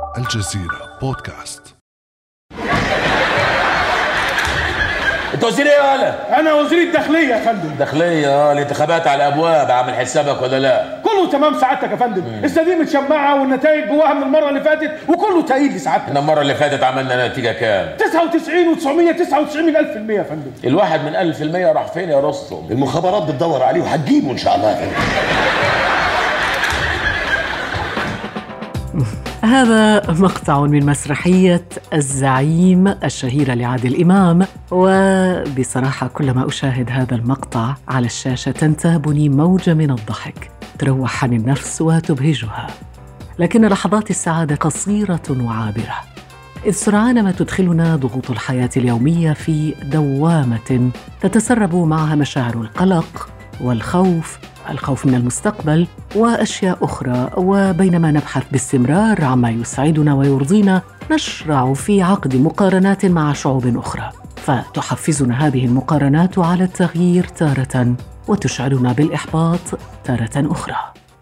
الجزيرة بودكاست. انت وزير ايه يا ولا؟ انا وزير الداخليه يا فندم. داخليه؟ الانتخابات على الابواب، عامل حسابك ولا لا؟ كله تمام سعادتك يا فندم. السديد متشمعه والنتائج جواها من المره اللي فاتت وكله تأييد لسعادتك. احنا المره اللي فاتت عملنا نتيجه كام؟ 99.999% يا فندم. الواحد من 1000% راح فين يا رستم؟ المخابرات بتدور عليه وهتجيبه ان شاء الله. هذا مقطع من مسرحية الزعيم الشهيرة لعادل إمام، وبصراحة كلما أشاهد هذا المقطع على الشاشة تنتابني موجة من الضحك تروح عن النفس وتبهجها. لكن لحظات السعادة قصيرة وعابرة، إذ سرعان ما تدخلنا ضغوط الحياة اليومية في دوامة تتسرب معها مشاعر القلق والخوف، الخوف من المستقبل وأشياء أخرى. وبينما نبحث باستمرار عما يسعدنا ويرضينا، نشرع في عقد مقارنات مع شعوب أخرى، فتحفزنا هذه المقارنات على التغيير تارة وتشعرنا بالإحباط تارة أخرى.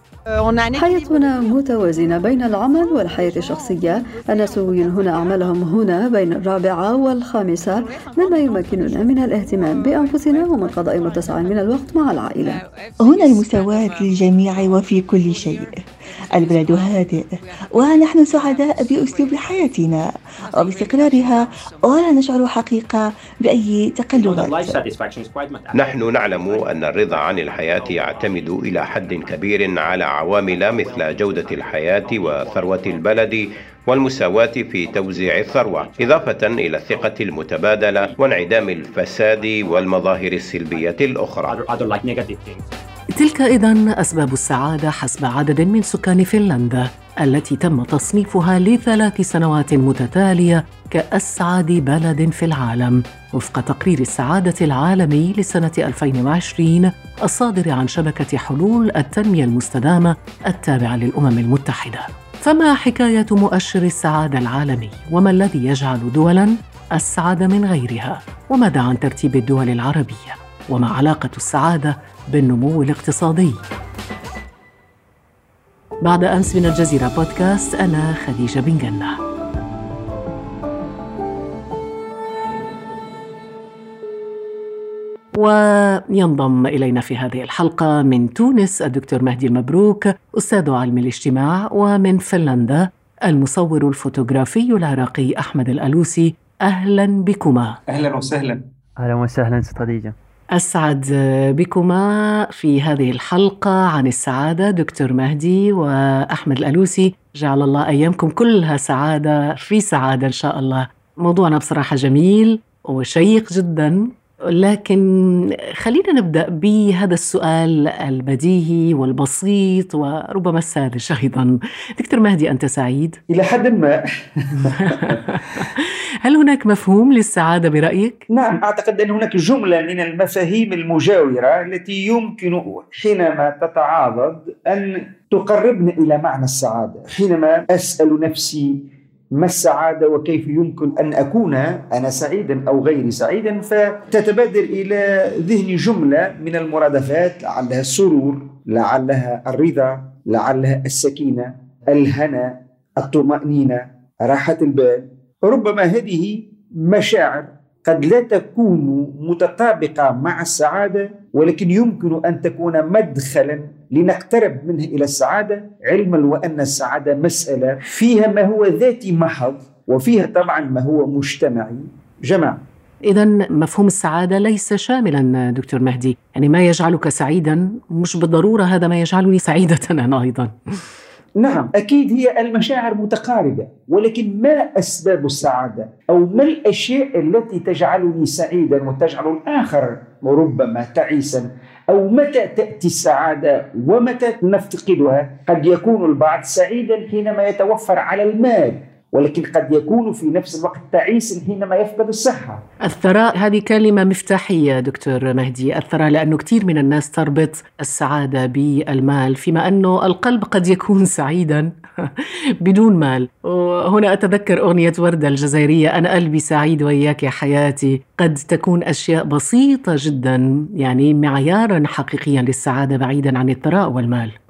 حياتنا متوازنة بين العمل والحياة الشخصية. الناس ينهون أعمالهم هنا بين 4 و5، مما يمكننا من الاهتمام بأنفسنا ومن قضاء متسع من الوقت مع العائلة. هنا المساواة للجميع وفي كل شيء. البلد هادئ ونحن سعداء بأسلوب حياتنا وباستقرارها، ولا نشعر حقيقة بأي تقلبات. نحن نعلم أن الرضا عن الحياة يعتمد إلى حد كبير على عوامل مثل جودة الحياة وثروة البلد والمساواة في توزيع الثروة، إضافة إلى الثقة المتبادلة وانعدام الفساد والمظاهر السلبية الأخرى. تلك إذن أسباب السعادة حسب عدد من سكان فنلندا، التي تم تصنيفها ل3 سنوات متتالية كأسعد بلد في العالم وفق تقرير السعادة العالمي لسنة 2020 الصادر عن شبكة حلول التنمية المستدامة التابعة للأمم المتحدة. فما حكاية مؤشر السعادة العالمي؟ وما الذي يجعل دولاً أسعد من غيرها؟ وماذا عن ترتيب الدول العربية؟ وما علاقة السعادة بالنمو الاقتصادي؟ بعد أمس من الجزيرة بودكاست، أنا خديجة بن جنة. وينضم إلينا في هذه الحلقة من تونس الدكتور مهدي المبروك، أستاذ علم الاجتماع، ومن فنلندا المصور الفوتوغرافي العراقي أحمد الألوسي. أهلا بكما. أهلا وسهلا. أهلا وسهلا خديجة. أسعد بكما في هذه الحلقة عن السعادة دكتور مهدي وأحمد الألوسي. جعل الله أيامكم كلها سعادة في سعادة إن شاء الله. موضوعنا بصراحة جميل وشيق جدا، لكن خلينا نبدأ بهذا السؤال البديهي والبسيط وربما الساذج أيضا. دكتور مهدي، أنت سعيد؟ إلى حد ما. هل هناك مفهوم للسعادة برأيك؟ نعم، أعتقد أن هناك جملة من المفاهيم المجاورة التي يمكن حينما تتعاضد أن تقربنا إلى معنى السعادة. حينما أسأل نفسي ما السعادة وكيف يمكن أن أكون أنا سعيدا أو غير سعيدا، فتتبادر إلى ذهني جملة من المرادفات، لعلها السرور، لعلها الرضا، لعلها السكينة، الهنا، الطمأنينة، راحة البال. ربما هذه مشاعر قد لا تكون متطابقة مع السعادة، ولكن يمكن أن تكون مدخلا لنقترب منها إلى السعادة، علما وأن السعادة مسألة فيها ما هو ذاتي محض وفيها طبعا ما هو مجتمعي جماعي. إذن مفهوم السعادة ليس شاملا دكتور مهدي، يعني ما يجعلك سعيدا مش بالضرورة هذا ما يجعلني سعيدة أنا أيضا. نعم، أكيد هي المشاعر متقاربة، ولكن ما أسباب السعادة أو ما الأشياء التي تجعلني سعيدا وتجعل الآخر ربما تعيسا، أو متى تأتي السعادة ومتى نفتقدها؟ قد يكون البعض سعيدا حينما يتوفر على المال، ولكن قد يكون في نفس الوقت تعيسا حينما يفقد الصحة. الثراء هذه كلمة مفتاحية دكتور مهدي، الثراء، لأنه كثير من الناس تربط السعادة بالمال، فيما أنه القلب قد يكون سعيدا بدون مال. وهنا أتذكر أغنية وردة الجزائرية، أنا قلبي سعيد وإياك يا حياتي. قد تكون أشياء بسيطة جدا يعني معيارا حقيقيا للسعادة بعيدا عن الثراء والمال.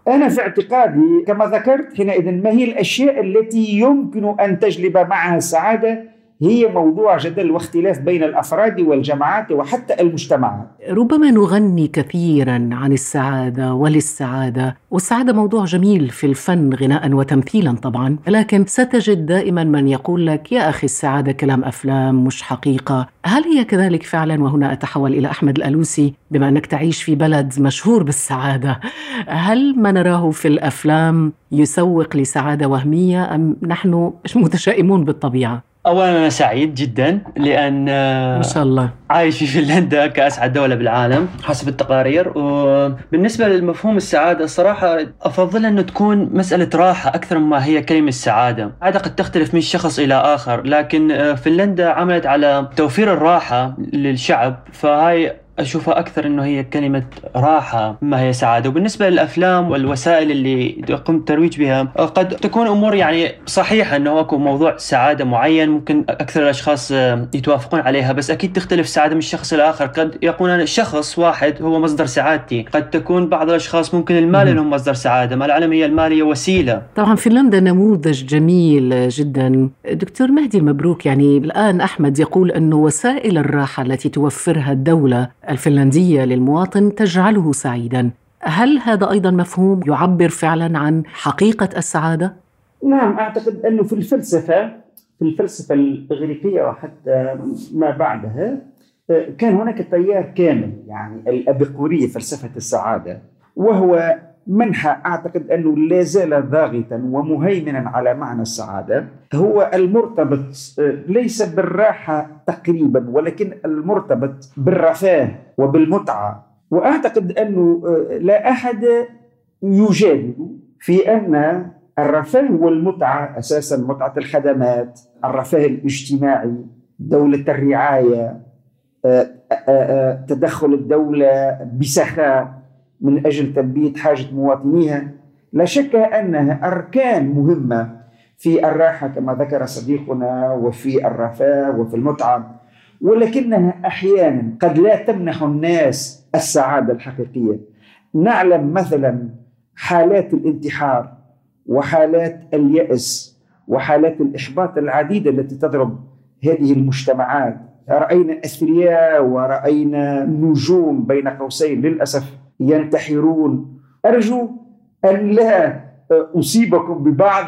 أنا في اعتقادي كما ذكرت حينئذ ما هي الأشياء التي يمكن أن تجلب معها السعادة، هي موضوع جدل واختلاف بين الأفراد والجماعات وحتى المجتمعات. ربما نغني كثيرا عن السعادة وللسعادة، والسعادة موضوع جميل في الفن غناء وتمثيلا طبعا، لكن ستجد دائما من يقول لك يا أخي السعادة كلام أفلام مش حقيقة. هل هي كذلك فعلا؟ وهنا أتحول إلى أحمد الألوسي، بما أنك تعيش في بلد مشهور بالسعادة، هل ما نراه في الأفلام يسوق لسعادة وهمية أم نحن متشائمون بالطبيعة؟ أولا أنا سعيد جدا لأن ما شاء الله عايش في فنلندا كأسعد دولة بالعالم حسب التقارير. وبالنسبة للمفهوم السعادة الصراحة أفضل أنه تكون مسألة راحة أكثر مما هي كلمة سعادة. عادة قد تختلف من شخص إلى آخر، لكن فنلندا عملت على توفير الراحة للشعب، فهاي أشوفها أكثر إنه هي كلمة راحة ما هي سعادة. وبالنسبة للأفلام والوسائل اللي قمت الترويج بها، قد تكون أمور يعني صحيحة إنه أكو موضوع سعادة معين ممكن أكثر الأشخاص يتوافقون عليها، بس أكيد تختلف سعادة من شخص لآخر. قد يكون أنا شخص واحد هو مصدر سعادتي، قد تكون بعض الأشخاص ممكن المال لهم مصدر سعادة، ما العالم هي المال هي وسيلة. طبعا فنلندا نموذج جميل جدا. دكتور مهدي المبروك، يعني الآن أحمد يقول أنه وسائل الراحة التي توفرها الدولة الفنلندية للمواطن تجعله سعيدا. هل هذا أيضا مفهوم يعبر فعلا عن حقيقة السعادة؟ نعم، أعتقد أنه في الفلسفة الإغريقية وحتى ما بعدها كان هناك تيار كامل، يعني الأبيقورية، فلسفة السعادة، وهو منحى أعتقد أنه لا زال ضاغطا ومهيمنا على معنى السعادة، هو المرتبط ليس بالراحة تقريبا، ولكن المرتبط بالرفاه وبالمتعة. وأعتقد أنه لا أحد يجادل في أن الرفاه والمتعة أساسا متعة الخدمات، الرفاه الاجتماعي، دولة الرعاية، تدخل الدولة بسخاء من أجل تلبية حاجة مواطنيها، لا شك أنها أركان مهمة في الراحة كما ذكر صديقنا، وفي الرفاه وفي المتعة، ولكنها أحيانا قد لا تمنح الناس السعادة الحقيقية. نعلم مثلا حالات الانتحار وحالات اليأس وحالات الإحباط العديدة التي تضرب هذه المجتمعات. رأينا أثرياء ورأينا نجوم بين قوسين للأسف ينتحرون. أرجو أن لا أصيبكم ببعض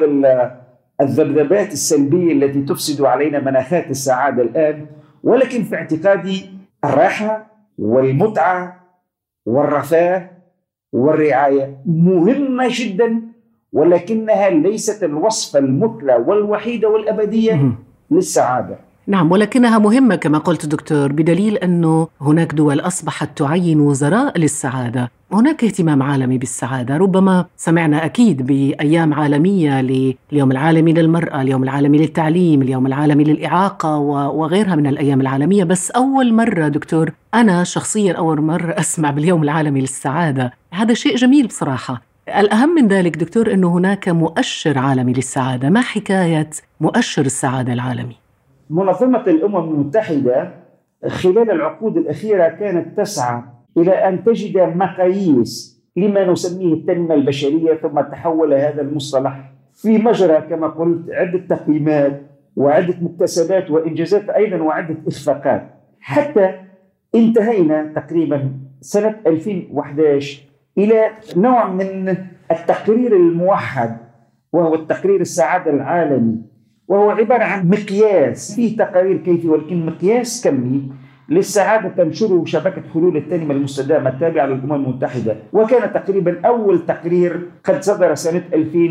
الذبذبات السلبية التي تفسد علينا مناخات السعادة الآن، ولكن في اعتقادي الراحة والمتعة والرفاه والرعاية مهمة جدا، ولكنها ليست الوصفة المثلى والوحيدة والأبدية للسعادة. نعم، ولكنها مهمة كما قلت دكتور، بدليل أنه هناك دول أصبحت تعين وزراء للسعادة. هناك اهتمام عالمي بالسعادة، ربما سمعنا أكيد بأيام عالمية لليوم العالمي للمرأة، اليوم العالمي للتعليم، اليوم العالمي للإعاقة وغيرها من الأيام العالمية. بس أول مرة دكتور، أنا شخصيا أول مرة أسمع باليوم العالمي للسعادة. هذا شيء جميل بصراحة. الأهم من ذلك دكتور أنه هناك مؤشر عالمي للسعادة. ما حكاية مؤشر السعادة العالمي؟ منظمة الأمم المتحدة خلال العقود الأخيرة كانت تسعى إلى أن تجد مقاييس لما نسميه التنمية البشرية، ثم تحول هذا المصطلح في مجرى كما قلت عدة تقييمات وعدة مكتسبات وإنجازات أيضا وعدة إخفاقات، حتى انتهينا تقريبا سنة 2011 إلى نوع من التقرير الموحد، وهو التقرير السعادة العالمي، وهو عبارة عن مقياس فيه تقارير كيفي ولكن مقياس كمي للسعادة تنشره شبكة حلول التنمية المستدامة التابعة للأمم المتحدة. وكان تقريبا أول تقرير قد صدر سنة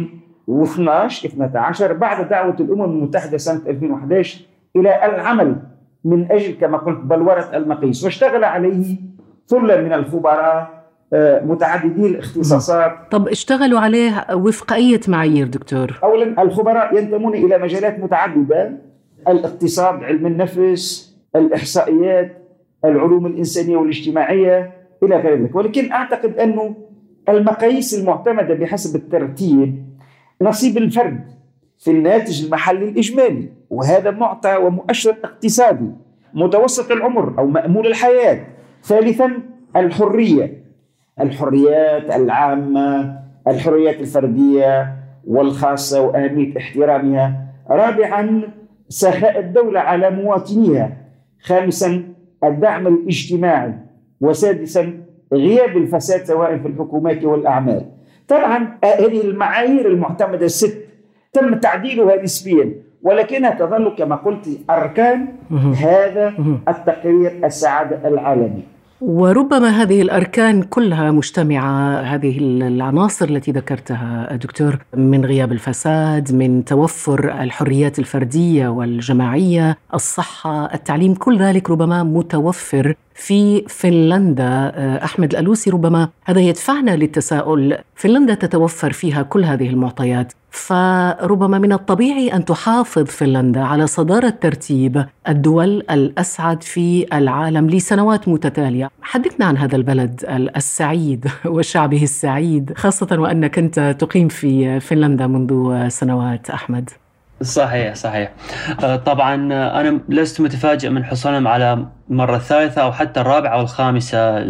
2012 بعد دعوة الأمم المتحدة سنة 2011 إلى العمل من أجل كما قلت بلورة المقياس، واشتغل عليه ثلة من الخبراء متعددي الاختصاصات. طب اشتغلوا عليه وفق أي معايير دكتور؟ أولا الخبراء ينتمون إلى مجالات متعددة: الاقتصاد، علم النفس، الإحصائيات، العلوم الإنسانية والاجتماعية إلى غير ذلك. ولكن أعتقد أنه المقاييس المعتمدة بحسب الترتيب نصيب الفرد في الناتج المحلي الإجمالي، وهذا معطى ومؤشر اقتصادي. متوسط العمر أو مأمول الحياة. ثالثا الحريات العامة، الحريات الفردية والخاصة وأهمية احترامها. رابعا سخاء الدولة على مواطنيها. خامسا الدعم الاجتماعي. وسادسا غياب الفساد سواء في الحكومات والأعمال. طبعا هذه المعايير المعتمدة 6 تم تعديلها نسبيا، ولكنها تظل كما قلت أركان هذا التقرير السعادة العالمي. وربما هذه الأركان كلها مجتمعة، هذه العناصر التي ذكرتها دكتور، من غياب الفساد، من توفر الحريات الفردية والجماعية، الصحة، التعليم، كل ذلك ربما متوفر في فنلندا. أحمد الألوسي، ربما هذا يدفعنا للتساؤل، فنلندا تتوفر فيها كل هذه المعطيات، فربما من الطبيعي أن تحافظ فنلندا على صدارة ترتيب الدول الأسعد في العالم لسنوات متتالية. حدثنا عن هذا البلد السعيد وشعبه السعيد، خاصة وأنك أنت تقيم في فنلندا منذ سنوات. أحمد. صحيح. طبعا أنا لست متفاجئ من حصولهم على مرة الثالثة أو حتى الرابعة والخامسة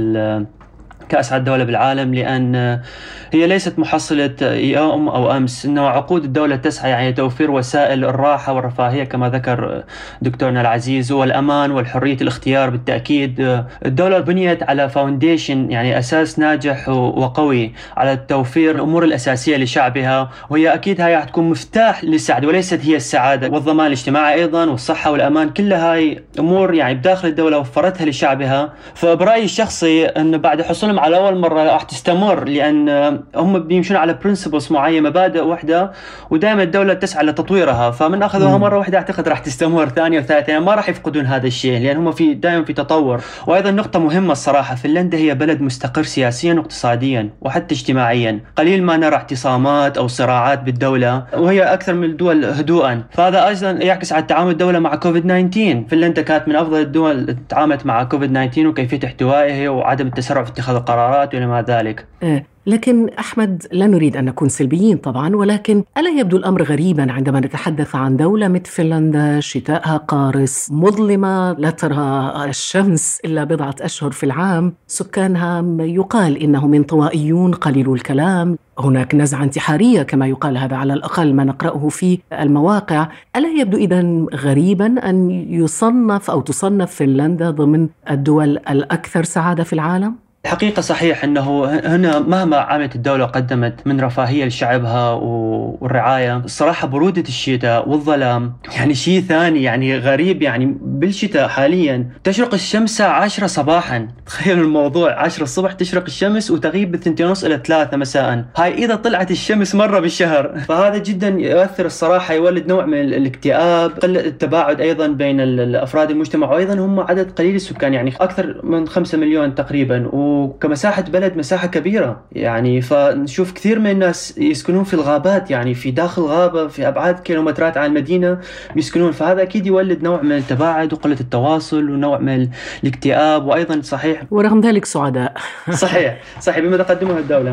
كأسعد دولة بالعالم، لأن هي ليست محصلة يوم أو أمس، إنه عقود الدولة تسعى يعني توفير وسائل الراحة والرفاهية كما ذكر دكتورنا العزيز، والأمان والحرية الاختيار. بالتأكيد الدولة بنيت على فاونديشن، يعني أساس ناجح وقوي على توفير الأمور الأساسية لشعبها، وهي أكيد هاي حتكون مفتاح للسعادة وليست هي السعادة. والضمان الاجتماعي أيضا والصحة والأمان، كلها هاي أمور يعني بداخل الدولة وفرتها لشعبها. فبرأيي الشخصي أن بعد حصولهم على أول مرة راح تستمر، لأن هم بيمشون على برنسبلز معينة، مبادئ واحدة، ودائما الدولة تسعى لتطويرها. فمن أخذوها مرة واحدة أعتقد راح تستمر ثانية وثالثة، يعني ما راح يفقدون هذا الشيء، لأن هم دائما في تطور. وأيضا نقطة مهمة الصراحة، فنلندا هي بلد مستقر سياسيا واقتصاديا وحتى اجتماعيا، قليل ما نرى اعتصامات أو صراعات بالدولة، وهي أكثر من الدول هدوءا. فهذا أيضا يعكس على تعامل الدولة مع كوفيد-19. فنلندا كانت من أفضل الدول اللي تعاملت مع كوفيد-19 وكيفية احتوائه وعدم التسرع في اتخاذ القرارات وما ذلك. لكن أحمد، لا نريد أن نكون سلبيين طبعا، ولكن ألا يبدو الأمر غريبا عندما نتحدث عن دولة مثل فنلندا شتاءها قارس، مظلمة، لا ترى الشمس إلا بضعة أشهر في العام، سكانها يقال إنهم انطوائيون قليلو الكلام، هناك نزعة انتحارية كما يقال، هذا على الأقل ما نقرأه في المواقع. ألا يبدو إذن غريبا أن يصنف أو تصنف فنلندا ضمن الدول الأكثر سعادة في العالم؟ الحقيقة صحيح أنه هنا مهما عملت الدولة وقدمت من رفاهية لشعبها والرعاية، الصراحة برودة الشتاء والظلام يعني شيء ثاني، يعني غريب. يعني بالشتاء حاليا تشرق الشمس الساعة 10 صباحا، تخيلوا الموضوع، 10 الصبح تشرق الشمس وتغيب ب2:30 إلى 3 مساء، هاي إذا طلعت الشمس مرة بالشهر. فهذا جدا يؤثر الصراحة، يولد نوع من الاكتئاب، قلة التباعد أيضا بين الأفراد المجتمع، وأيضا هم عدد قليل السكان، يعني أكثر من 5 مليون تقريبا، وكمساحة بلد مساحة كبيرة يعني. فنشوف كثير من الناس يسكنون في الغابات، يعني في داخل غابة في أبعاد كيلومترات عن المدينة بيسكنون، فهذا أكيد يولد نوع من التباعد وقلة التواصل ونوع من الاكتئاب. وأيضا صحيح ورغم ذلك سعداء. صحيح بما تقدمه الدولة.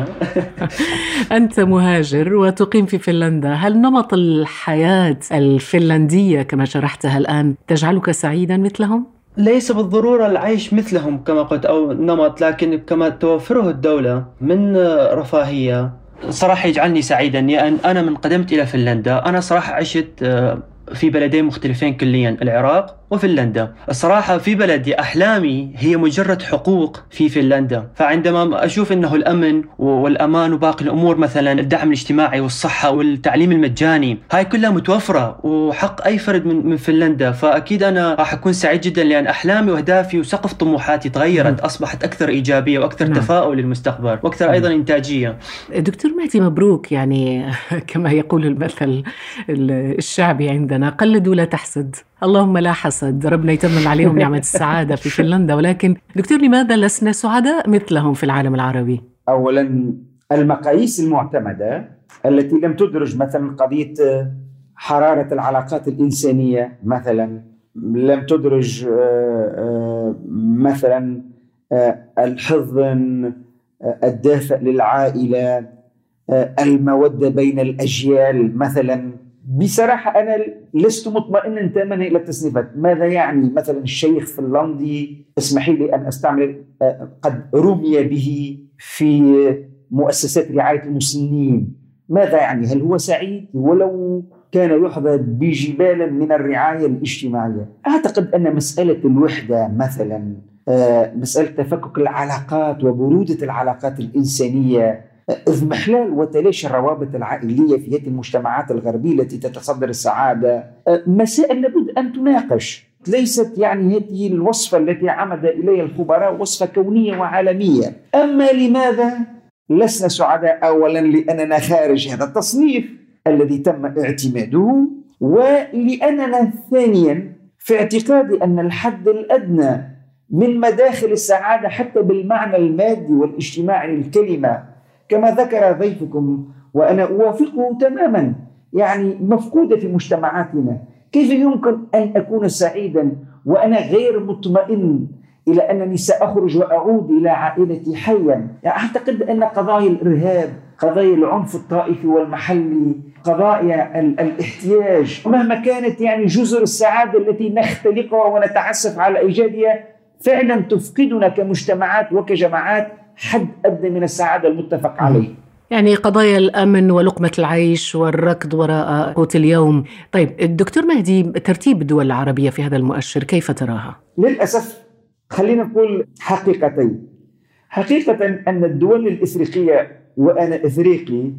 أنت مهاجر وتقيم في فنلندا، هل نمط الحياة الفنلندية كما شرحتها الآن تجعلك سعيدا مثلهم؟ ليس بالضرورة العيش مثلهم كما قلت أو نمط، لكن كما توفره الدولة من رفاهية صراحة يجعلني سعيدا. لأن أنا من قدمت إلى فنلندا، أنا صراحة عشت في بلدين مختلفين كليا، العراق وفنلندا. الصراحة في بلدي أحلامي هي مجرد حقوق في فنلندا، فعندما أشوف أنه الأمن والأمان وباقي الأمور، مثلا الدعم الاجتماعي والصحة والتعليم المجاني، هاي كلها متوفرة وحق أي فرد من فنلندا، فأكيد أنا راح أكون سعيد جدا، لأن أحلامي وأهدافي وسقف طموحاتي تغيرت، أصبحت أكثر إيجابية وأكثر تفاؤل للمستقبل وأكثر أيضا إنتاجية. دكتور مهدي، مبروك، يعني كما يقول المثل الشعبي عندنا، قلد ولا تحسد. اللهم لا حسد، ربنا يتمم عليهم نعمة السعادة في فنلندا. ولكن دكتور، لماذا لسنا سعداء مثلهم في العالم العربي؟ أولا المقاييس المعتمدة التي لم تدرج مثلا قضية حرارة العلاقات الإنسانية، مثلا لم تدرج مثلا الحضن الدافئ للعائلة، المودة بين الأجيال مثلا. بصراحة أنا لست مطمئنا تماما إلى التصنيفات. ماذا يعني مثلا الشيخ فنلندي، اسمحي لي أن أستعمل، قد رمي به في مؤسسات رعاية المسنين. ماذا يعني؟ هل هو سعيد ولو كان يحظى بجبال من الرعاية الاجتماعية؟ أعتقد أن مسألة الوحدة مثلا، مسألة تفكك العلاقات وبرودة العلاقات الإنسانية، اضمحلال وتلاشي الروابط العائلية في هذه المجتمعات الغربية التي تتصدر السعادة، مسائل لابد أن تناقش. ليست يعني هذه الوصفة التي عمد إليها الخبراء وصفة كونية وعالمية. أما لماذا لسنا سعداء؟ أولا لأننا خارج هذا التصنيف الذي تم اعتماده، ولأننا ثانيا في اعتقادي أن الحد الأدنى من مداخل السعادة حتى بالمعنى المادي والاجتماعي للكلمة كما ذكر ضيفكم وأنا أوافقه تماما، يعني مفقودة في مجتمعاتنا. كيف يمكن أن أكون سعيدا وأنا غير مطمئن إلى أنني سأخرج وأعود إلى عائلتي حيا؟ يعني أعتقد أن قضايا الإرهاب، قضايا العنف الطائفي والمحلي، قضايا الاحتياج، مهما كانت يعني جزر السعادة التي نختلقها ونتعسف على إيجادها، فعلا تفقدنا كمجتمعات وكجماعات حد أدنى من السعادة المتفق عليه. يعني قضايا الأمن ولقمة العيش والركض وراء قوت اليوم. طيب الدكتور مهدي، ترتيب الدول العربية في هذا المؤشر كيف تراها؟ للأسف خلينا نقول حقيقتين. حقيقة أن الدول الإفريقية، وأنا إفريقي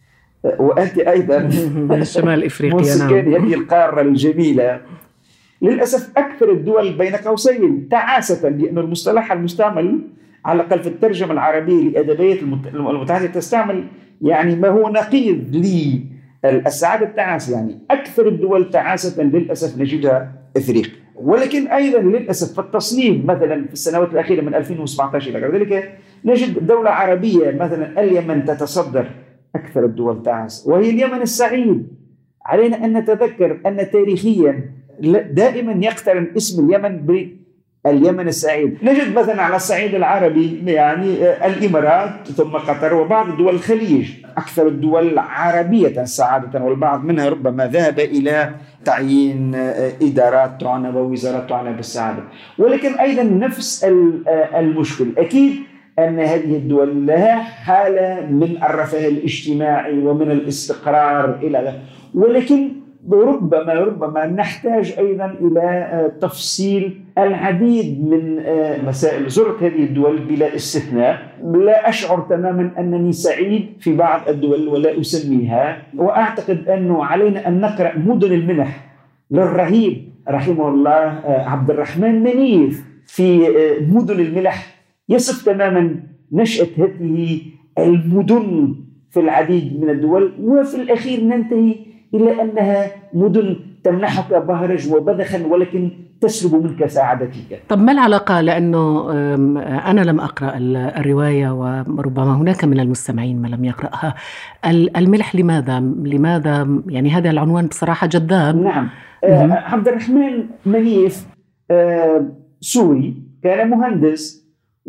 وأنت أيضا من الشمال إفريقيا، من سكان هذه القارة الجميلة، للأسف أكثر الدول بين قوسين تعاسة، لأن المصطلح المستعمل على الأقل في الترجمة العربية لأدبيات المتحدة تستعمل يعني ما هو نقيض للسعادة التعاسة. يعني أكثر الدول تعاسة للأسف نجدها إفريقيا. ولكن أيضا للأسف في التصنيف مثلا في السنوات الأخيرة من 2017 إلى غير ذلك نجد دولة عربية مثلا اليمن تتصدر أكثر الدول تعاسة، وهي اليمن السعيد. علينا أن نتذكر أن تاريخيا دائما يقترن اسم اليمن باليمن السعيد. نجد مثلا على الصعيد العربي يعني الإمارات ثم قطر وبعض دول الخليج أكثر الدول عربية سعادة، والبعض منها ربما ذهب إلى تعيين إدارات تعنى ووزارات تعنى بالسعادة. ولكن أيضا نفس المشكل، أكيد أن هذه الدول لها حالة من الرفاه الاجتماعي ومن الاستقرار إلى، ولكن ربما نحتاج أيضا إلى تفصيل العديد من مسائل. زرت هذه الدول بلا استثناء، لا أشعر تماما أنني سعيد في بعض الدول ولا أسميها. وأعتقد أنه علينا أن نقرأ مدن المنح للرهيب رحمه الله عبد الرحمن منيف في مدن المنح، يصف تماما نشأة هذه المدن في العديد من الدول، وفي الأخير ننتهي إلى أنها مدن تمنحك بهرج وبذخا ولكن تسلب منك سعادتك. طب ما العلاقة؟ لأنه أنا لم أقرأ الرواية وربما هناك من المستمعين من لم يقرأها. الملح لماذا يعني هذا العنوان بصراحة جذاب. نعم. عبد الرحمن منيف سوري، كان مهندس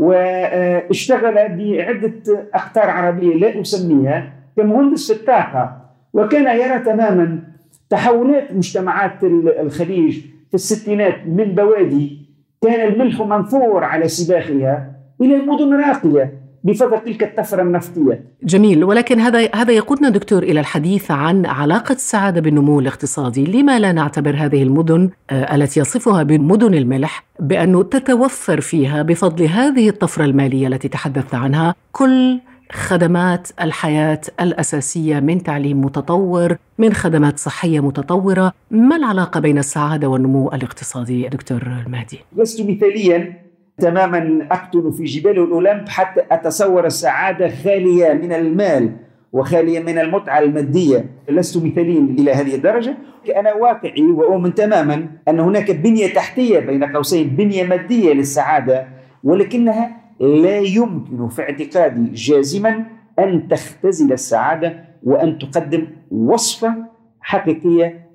واشتغل بعدة أقطار عربية لا أسميها كمهندس في الطاقة، وكان يرى تماما تحولات مجتمعات الخليج في الستينات من بوادي كان الملح منثور على سباخها إلى مدن راقية بفضل تلك الطفرة النفطية. جميل، ولكن هذا يقودنا دكتور إلى الحديث عن علاقة السعادة بالنمو الاقتصادي. لما لا نعتبر هذه المدن التي يصفها بمدن الملح بأنه تتوفر فيها بفضل هذه الطفرة المالية التي تحدثت عنها كل خدمات الحياة الأساسية، من تعليم متطور، من خدمات صحية متطورة؟ ما العلاقة بين السعادة والنمو الاقتصادي دكتور المهدي؟ لست مثاليا تماما أقتل في جبال الأولمب حتى أتصور السعادة خالية من المال وخالية من المتعة المادية. لست مثاليا إلى هذه الدرجة. أنا واقعي وأؤمن تماما أن هناك بنية تحتية بين قوسين، بنية مادية للسعادة، ولكنها لا يمكن في اعتقادي جازما أن تختزل السعادة وأن تقدم وصفة حقيقية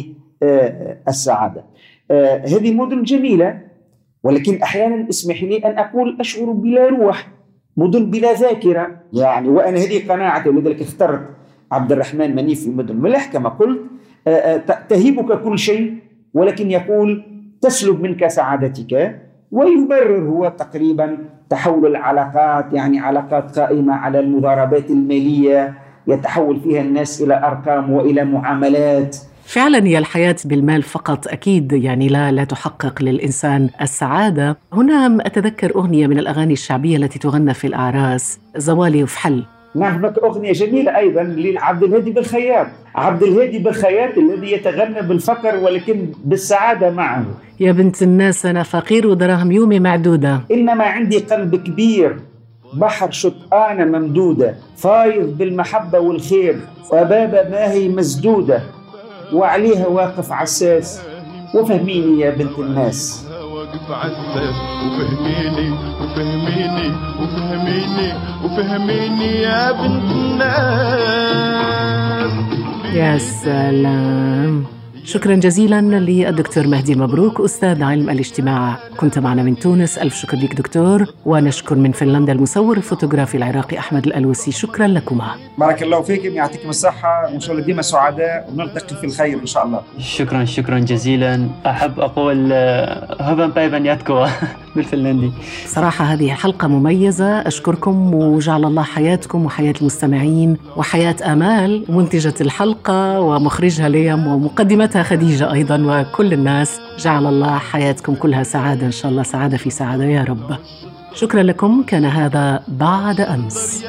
للسعادة. هذه مدن جميلة، ولكن أحيانا اسمح لي أن أقول أشعر بلا روح، مدن بلا ذاكرة يعني. وأنا هذه قناعتي، لذلك اخترت عبد الرحمن منيف في مدن الملح كما قلت. تهيبك كل شيء ولكن يقول تسلب منك سعادتك. ويبرر هو تقريبا تحول العلاقات، يعني علاقات قائمة على المضاربات المالية يتحول فيها الناس إلى أرقام وإلى معاملات. فعلا هي الحياة بالمال فقط أكيد يعني لا تحقق للإنسان السعادة. هنا أتذكر أغنية من الأغاني الشعبية التي تغنى في الأعراس، زوالي وفحل. نعم، هناك أغنية جميلة أيضا لعبد الهادي بالخياط، عبد الهادي بالخياط الذي يتغنى بالفقر ولكن بالسعادة معه. يا بنت الناس أنا فقير ودراهم يومي معدودة، إنما عندي قلب كبير، بحر شطآنة ممدودة، فايض بالمحبة والخير، وبابا ما هي مسدودة، وعليها واقف عساس، وفهميني يا بنت الناس. واقف عساس وفهميني وفهميني وفهميني وفهميني يا بنت الناس. يا سلام. شكرا جزيلا للدكتور مهدي مبروك أستاذ علم الاجتماع، كنت معنا من تونس. ألف شكر لك دكتور. ونشكر من فنلندا المصور الفوتوغرافي العراقي أحمد الألوسي. شكرا لكما. بارك الله فيكم، يعطيكم الصحة، وإن شاء الله ديما سعداء ونلتقي في الخير إن شاء الله. شكرا جزيلا. أحب أقول هوفن بايبن ياتكوا بالفنلندي. صراحة هذه حلقة مميزة، أشكركم وجعل الله حياتكم وحياة المستمعين وحياة آمال منتجة الحلقة ومخرجها ليم ومقدمتها خديجة أيضا وكل الناس، جعل الله حياتكم كلها سعادة إن شاء الله، سعادة في سعادة يا رب. شكرا لكم. كان هذا بعد أمس.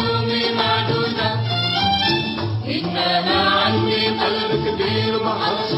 أنا عندي قلب كبير ومحبش